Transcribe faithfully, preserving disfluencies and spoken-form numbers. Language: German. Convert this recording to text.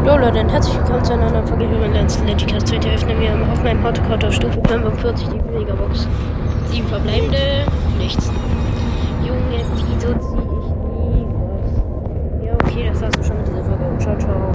Hallo Leute, herzlich willkommen zu einer neuen Folge über Lens Legicast. Heute öffnen wir auf meinem Hotcard auf Stufe fünfundvierzig die Megabox. Sieben verbleibende, nichts. Junge, wieso ziehe